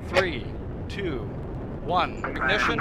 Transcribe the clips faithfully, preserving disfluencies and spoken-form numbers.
Three, two, one, ignition.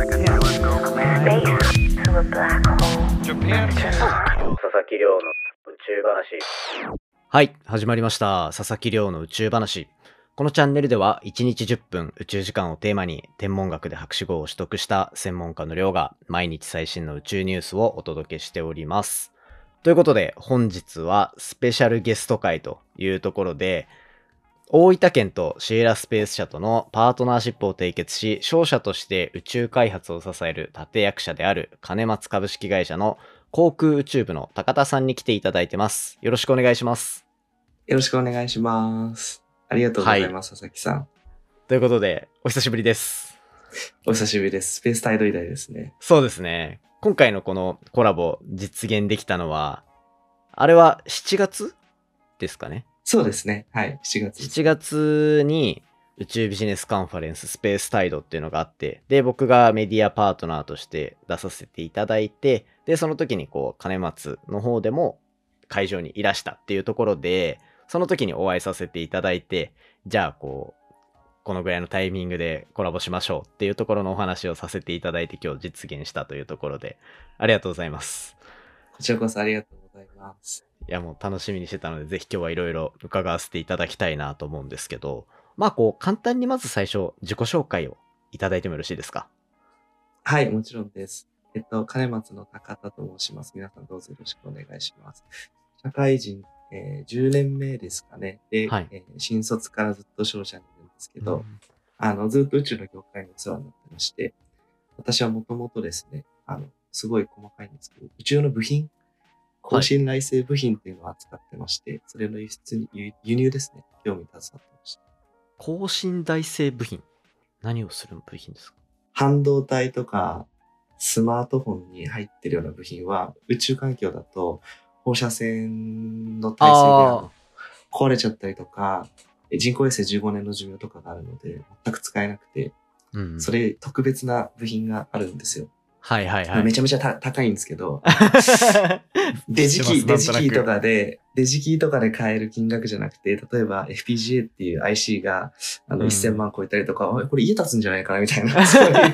Japan. 佐々木亮の宇宙話。はい、始まりました。佐々木亮の宇宙話。このチャンネルではいちにちじゅっぷん宇宙時間をテーマに天文学で博士号を取得した専門家の亮が毎日最新の宇宙ニュースをお届けしております。ということで本日はスペシャルゲスト会というところで、大分県とシエラスペース社とのパートナーシップを締結し、商社として宇宙開発を支える立役者である金松株式会社の航空宇宙部の高田さんに来ていただいてます。よろしくお願いします。 よろしくお願いします。ありがとうございます、はい、佐々木さん。 ということで、お久しぶりです。 お久しぶりです。スペースタイド以来ですね。 そうですね。今回のこのコラボ実現できたのは、あれはしちがつですかね。 そうですね。はい。しちがつ。 しちがつに宇宙ビジネスカンファレンススペースタイドっていうのがあって、で、僕がメディアパートナーとして出させていただいて、で、その時にこう、金松の方でも会場にいらしたっていうところで、その時にお会いさせていただいて、じゃあこう、このぐらいのタイミングでコラボしましょうっていうところのお話をさせていただいて今日実現したというところで、ありがとうございます。 こちらこそありがとうございます。 いやもう楽しみにしてたので、ぜひ今日はいろいろ伺わせていただきたいなと思うんですけど、まあこう簡単にまず最初自己紹介をいただいてもよろしいですか？ はい、もちろんです。えっと、金松の高田と申します。皆さんどうぞよろしくお願いします。社会人、えー、じゅうねんめですかね。で、はいえー、新卒からずっと商社にいるんですけど、うん、あの、ずっと宇宙の業界にお世話になってまして、私はもともとですね、あの、すごい細かいんですけど、宇宙の部品、高信頼性部品っていうのを扱ってまして、はい、それの輸出に、輸入ですね、興味携わってました。 高信頼性部品、何をする部品ですか？ 半導体とかスマートフォンに入ってるような部品は、宇宙環境だと放射線の耐性が壊れちゃったりとか、人工衛星じゅうごねんの寿命とかがあるので、全く使えなくて、うん、それ特別な部品があるんですよ。 はいはいはい。 めちゃめちゃた高いんですけど、デジキー、デジキーとかで、デジキーとかで買える金額じゃなくて、例えば エフピージーエー っていう アイシー があのせんまん超えたりとか、うん、これ家建つんじゃないかなみたいな、そういう、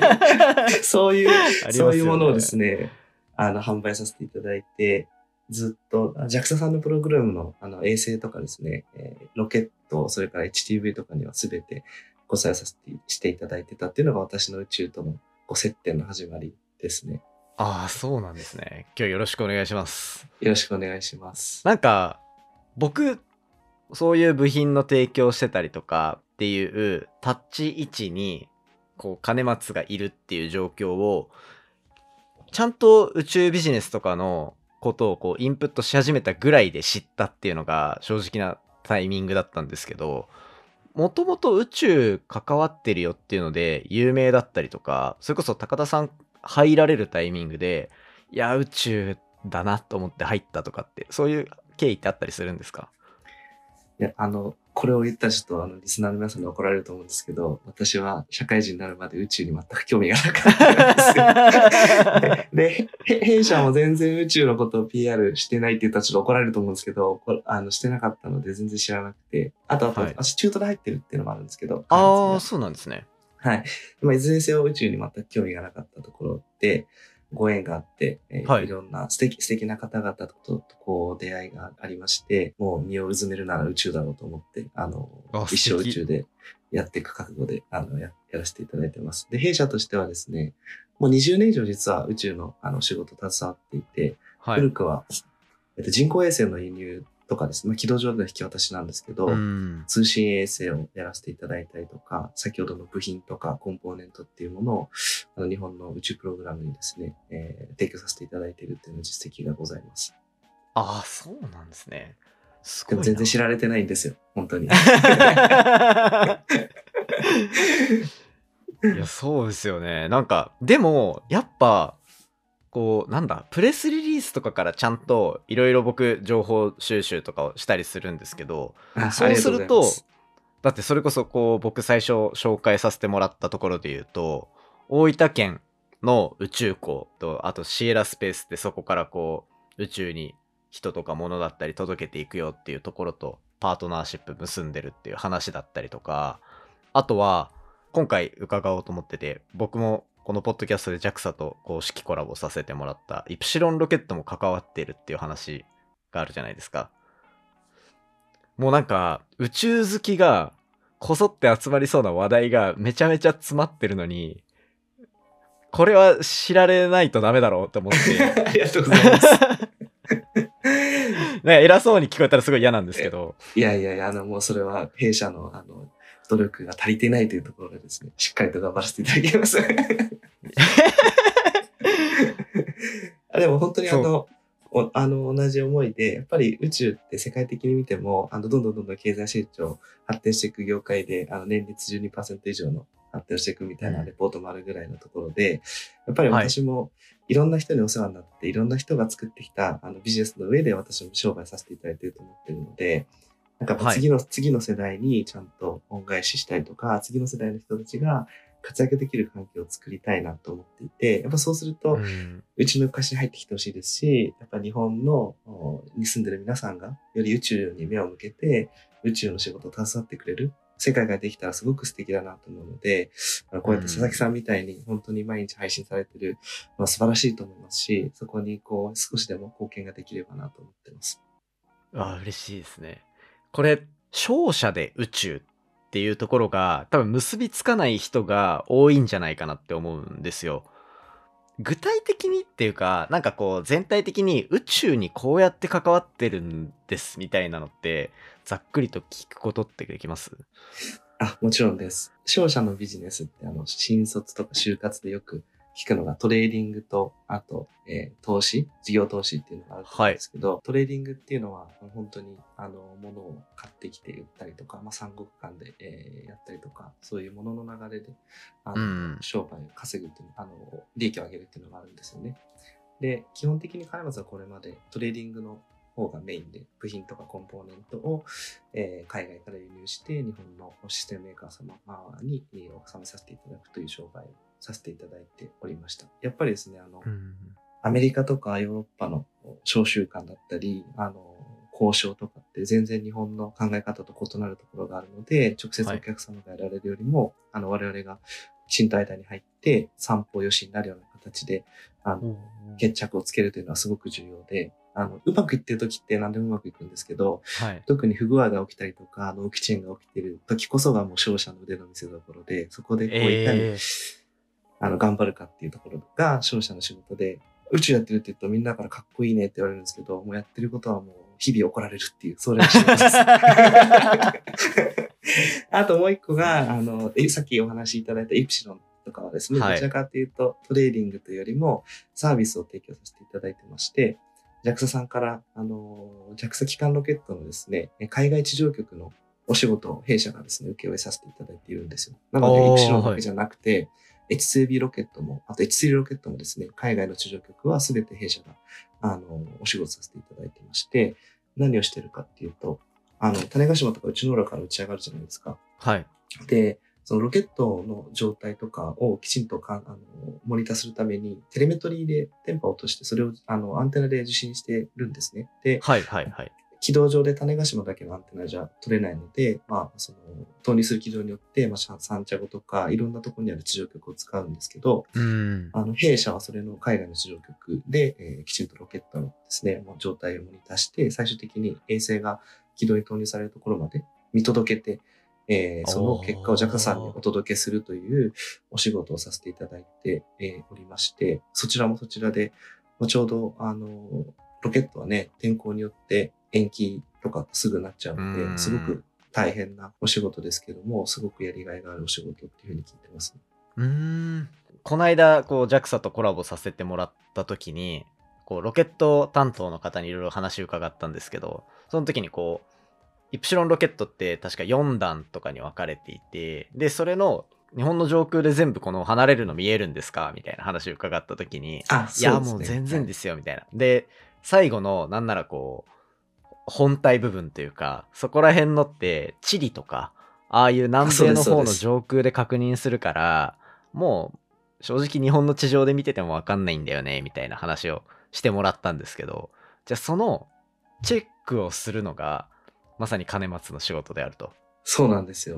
そういう、ね、そういうものをですね、あの、販売させていただいて、ずっと ジャクサ さんのプログラムのあの衛星とかですね、えー、ロケット、それから エイチティーブイ とかにはすべてご採用させてしていただいてたっていうのが私の宇宙とのご接点の始まりですね。 ああ、そうなんですね。今日よろしくお願いします。 よろしくお願いします。 なんか、僕、そういう部品の提供してたりとかっていうタッチ位置に、こう、金松がいるっていう状況を、ちゃんと宇宙ビジネスとかのことをこう、インプットし始めたぐらいで知ったっていうのが正直なタイミングだったんですけど、もともと宇宙関わってるよっていうので有名だったりとか、それこそ高田さん入られるタイミングで、いや宇宙だなと思って入ったとかって、そういう経緯ってあったりするんですか？ いや、あの、これを言ったらちょっとあのリスナーの皆さんに怒られると思うんですけど、私は社会人になるまで宇宙に全く興味がなかったんですよ。で、で、弊社も全然宇宙のことを ピーアール してないって言ったらちょっと怒られると思うんですけど、あのしてなかったので全然知らなくて、あとあと、はい、私中途で入ってるっていうのもあるんですけど。 ああ、そうなんですね。 はい。まあ、いずれにせよ宇宙に全く興味がなかったところで、ご縁があって、えーはい、いろんな素敵、素敵な方々と、とこう出会いがありまして、もう身をうずめるなら宇宙だろうと思って、あの、あ一生宇宙でやっていく覚悟で、あの、や、やらせていただいてます。で、弊社としてはですね、もうにじゅうねん以上実は宇宙のあの仕事携わっていて、はい、古くは、えっと、人工衛星の輸入とかですね、まあ、軌道上での引き渡しなんですけど、通信衛星をやらせていただいたりとか、先ほどの部品とかコンポーネントっていうものをあの日本の宇宙プログラムにですね、えー、提供させていただいているっていうの実績がございます。 ああ、そうなんですね。 すごいな。でも全然知られてないんですよ、本当に。いや、そうですよね。なんか、でも、やっぱ、こうなんだプレスリリースとかからちゃんといろいろ僕情報収集とかをしたりするんですけど、そうするとだってそれこそこう僕最初紹介させてもらったところで言うと、大分県の宇宙港とあとシエラスペースってそこからこう宇宙に人とか物だったり届けていくよっていうところとパートナーシップ結んでるっていう話だったりとか、あとは今回伺おうと思ってて、僕もこのポッドキャストで ジャクサ と公式コラボさせてもらったイプシロンロケットも関わってるっていう話があるじゃないですか。もうなんか宇宙好きがこぞって集まりそうな話題がめちゃめちゃ詰まってるのに、これは知られないとダメだろうと思ってありがとうございますなんか偉そうに聞こえたらすごい嫌なんですけど、 いやいやいや、あのもうそれは弊社のあの努力が足りてないというところでですね、しっかりと頑張らせていただきますあでも本当にあのおあの同じ思いで、やっぱり宇宙って世界的に見てもあのどんどんどんどん経済成長発展していく業界で、あの年率 じゅうにパーセント 以上の発展していくみたいなレポートもあるぐらいのところで、やっぱり私もいろんな人にお世話になって、いろんな人が作ってきたあのビジネスの上で私も商売させていただいていると思っているので、なんかやっぱ次の、はい、次の世代にちゃんと恩返ししたりとか、次の世代の人たちが活躍できる環境を作りたいなと思っていて、やっぱそうすると、うん、うちの会社に入ってきてほしいですし、やっぱ日本のに住んでる皆さんがより宇宙に目を向けて、宇宙の仕事を携わってくれる世界ができたらすごく素敵だなと思うので、こうやって佐々木さんみたいに本当に毎日配信されてるのは素晴らしいと思いますし、そこにこう少しでも貢献ができればなと思ってます。 ああ、嬉しいですね。これ、商社で宇宙っていうところが多分結びつかない人が多いんじゃないかなって思うんですよ。具体的にっていうか、なんかこう全体的に宇宙にこうやって関わってるんですみたいなのってざっくりと聞くことってできます？ あ、もちろんです。商社のビジネスってあの新卒とか就活でよく聞くのがトレーディングと、あと、えー、投資、事業投資っていうのがあると思うんですけど、はい、トレーディングっていうのは本当にあの物を買ってきて売ったりとか、まあ、三国間で、えー、やったりとか、そういうものの流れであの、うん、商売を稼ぐっていうあの利益を上げるっていうのがあるんですよね。で、基本的に金松はこれまでトレーディングの方がメインで、部品とかコンポーネントを、えー、海外から輸入して日本のシステムメーカー様に納めさせていただくという商売をさせていただいておりました。やっぱりですね、あの、うん、アメリカとかヨーロッパの商習慣だったり、あの、交渉とかって全然日本の考え方と異なるところがあるので、直接お客様がやられるよりも、はい、あの、我々がきちんと間に入って三方よしになるような形で、あの、決着をつけるというのはすごく重要で、あの、うまくいってる時って何でもうまくいくんですけど、はい、特に不具合が起きたりとか、納期遅延が起きてる時こそがもう商社の腕の見せ所で、そこでこういかに、えー、あの、頑張るかっていうところが商社の仕事で、宇宙やってるって言うとみんなからかっこいいねって言われるんですけど、もうやってることはもう日々怒られるっていう、それの仕事です。あともう一個が、あの、さっきお話しいただいたイプシロンとかはですね、はい、どちらかというとトレーディングというよりもサービスを提供させていただいてまして、ジャクサ さんから、あの、ジャクサ 基幹ロケットのですね、海外地上局のお仕事を弊社がですね、請け負いさせていただいているんですよ。なので、イプシロンだけじゃなくて、はい、エイチツービー ロケットも、あと エイチスリー ロケットもですね、海外の地上局はすべて弊社が、あの、お仕事させていただいてまして、何をしてるかっていうと、あの、種子島とか内之浦から打ち上がるじゃないですか。 はい。 で、そのロケットの状態とかをきちんとかあのモニターするためにテレメトリーで電波を落としてそれをあのアンテナで受信してるんですね。で、 はいはいはい。 軌道上で種子島だけのアンテナじゃ取れないので、まあ、その投入する軌道によって、まあ、三茶語とかいろんなところにある地上局を使うんですけど、 うんあの弊社はそれの海外の地上局で、えー、きちんとロケットのですね、もう状態をモニターして最終的に衛星が軌道に投入されるところまで見届けて、えー、その結果をジャクサ さんにお届けするというお仕事をさせていただいて、えー、おりまして、そちらもそちらで、まあ、ちょうどあのロケットはね、天候によって延期とかすぐなっちゃうので、すごく大変なお仕事ですけども、すごくやりがいがあるお仕事っていうふうに聞いてます、ね。 うーん。この間、こう ジャクサ とコラボさせてもらった時に、こうロケット担当の方にいろいろ話を伺ったんですけど、その時にこう、イプシロンロケットって確かよん段とかに分かれていて、で、それの日本の上空で全部この離れるの見えるんですかみたいな話を伺った時に、 あ、 いや、もう全然ですよ、みたいな。で、最後の、なんならこう、本体部分というか、そこら辺のって、チリとか、ああいう南米の方の上空で確認するから、もう、正直日本の地上で見てても分かんないんだよね、みたいな話をしてもらったんですけど、じゃあその、チェックをするのが、まさに金松の仕事であると。 そうなんですよ。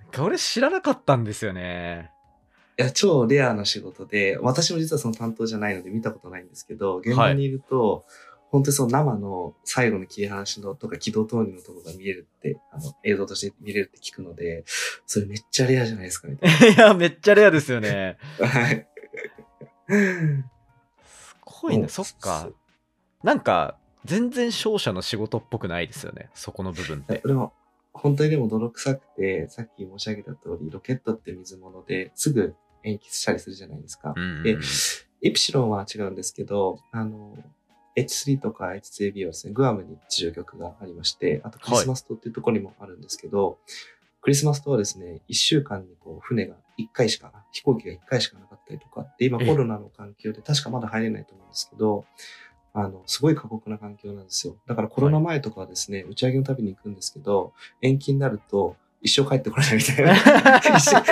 これ知らなかったんですよね。 いや、超レアな仕事で、私も実はその担当じゃないので見たことないんですけど、現場にいると、はい、本当にその生の最後の切り離しのとか軌道投入のところが見えるって、あの、映像として見れるって聞くので、それめっちゃレアじゃないですかね。 いや、めっちゃレアですよね。 はい。 すごいね、そっか。なんか、全然商社の仕事っぽくないですよね、そこの部分って。 でも、本当にでも泥臭くて、さっき申し上げた通り、ロケットって水物ですぐ延期したりするじゃないですか。うんうんうん、で、イプシロンは違うんですけど、あの、エイチスリー とか エイチツーエービー はですね、グアムに地上局がありまして、あとクリスマス島っていうところにもあるんですけど、はい、クリスマス島はですね、いっしゅうかんにこう船がいっかいしか、飛行機がいっかいしかなかったりとか、で、今コロナの環境で確かまだ入れないと思うんですけど、あの、すごい過酷な環境なんですよ。だからコロナ前とかはですね、はい、打ち上げの旅に行くんですけど、延期になると一生帰ってこれないみたいな。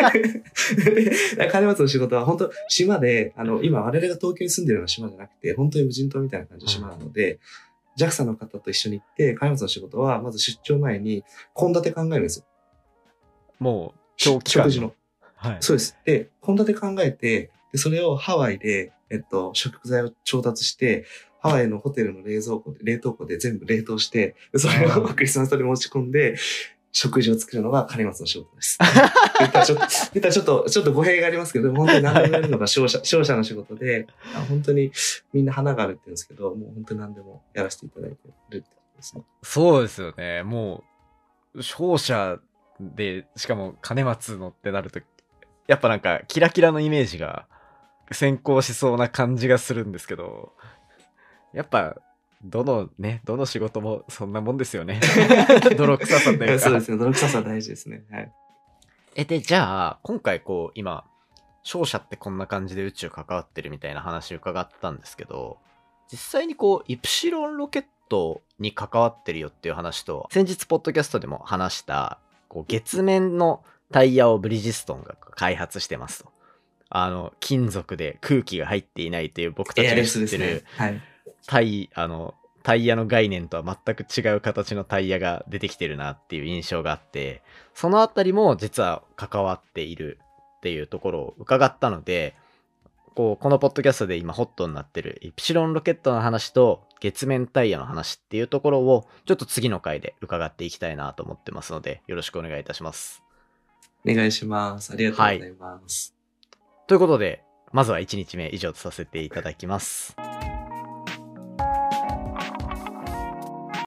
金松の仕事は本当島で、あの、今我々が東京に住んでるような島じゃなくて、本当に無人島みたいな感じの島なので、うん、ジャクサ の方と一緒に行って、金松の仕事はまず出張前に献立考えるんですよ。 もう、長期間の食事の。はい。そうです。で、献立考えて、で、それをハワイで、えっと、食材を調達して、ハワイのホテルの冷蔵庫で、冷凍庫で全部冷凍して、それをクリスマスに持ち込んで、食事を作るのが金松の仕事です。言ったらちょっと、言ったらちょっと、ちょっと語弊がありますけど、本当に何でもやるのが商社、商社の仕事で、本当にみんな花があるって言うんですけど、もう本当に何でもやらせていただいてるってことですね。 そうですよね。もう、商社で、しかも金松のってなると、やっぱなんかキラキラのイメージが先行しそうな感じがするんですけど、やっぱどのねどの仕事もそんなもんですよね。泥臭さというか。 そうですね、泥臭さ大事ですね。はい。 えでじゃあ今回こう今商社ってこんな感じで宇宙関わってるみたいな話伺ったんですけど、実際にこうイプシロンロケットに関わってるよっていう話と、先日ポッドキャストでも話したこう月面のタイヤをブリヂストンが開発してますと。あの金属で空気が入っていないという僕たちが知ってるタイ、あのタイヤの概念とは全く違う形のタイヤが出てきてるなっていう印象があって、そのあたりも実は関わっているっていうところを伺ったので、こうこのポッドキャストで今ホットになってるイプシロンロケットの話と月面タイヤの話っていうところをちょっと次の回で伺っていきたいなと思ってますので、よろしくお願いいたします。 お願いします。ありがとうございます。 はい、ということで、まずはいちにちめ以上とさせていただきます。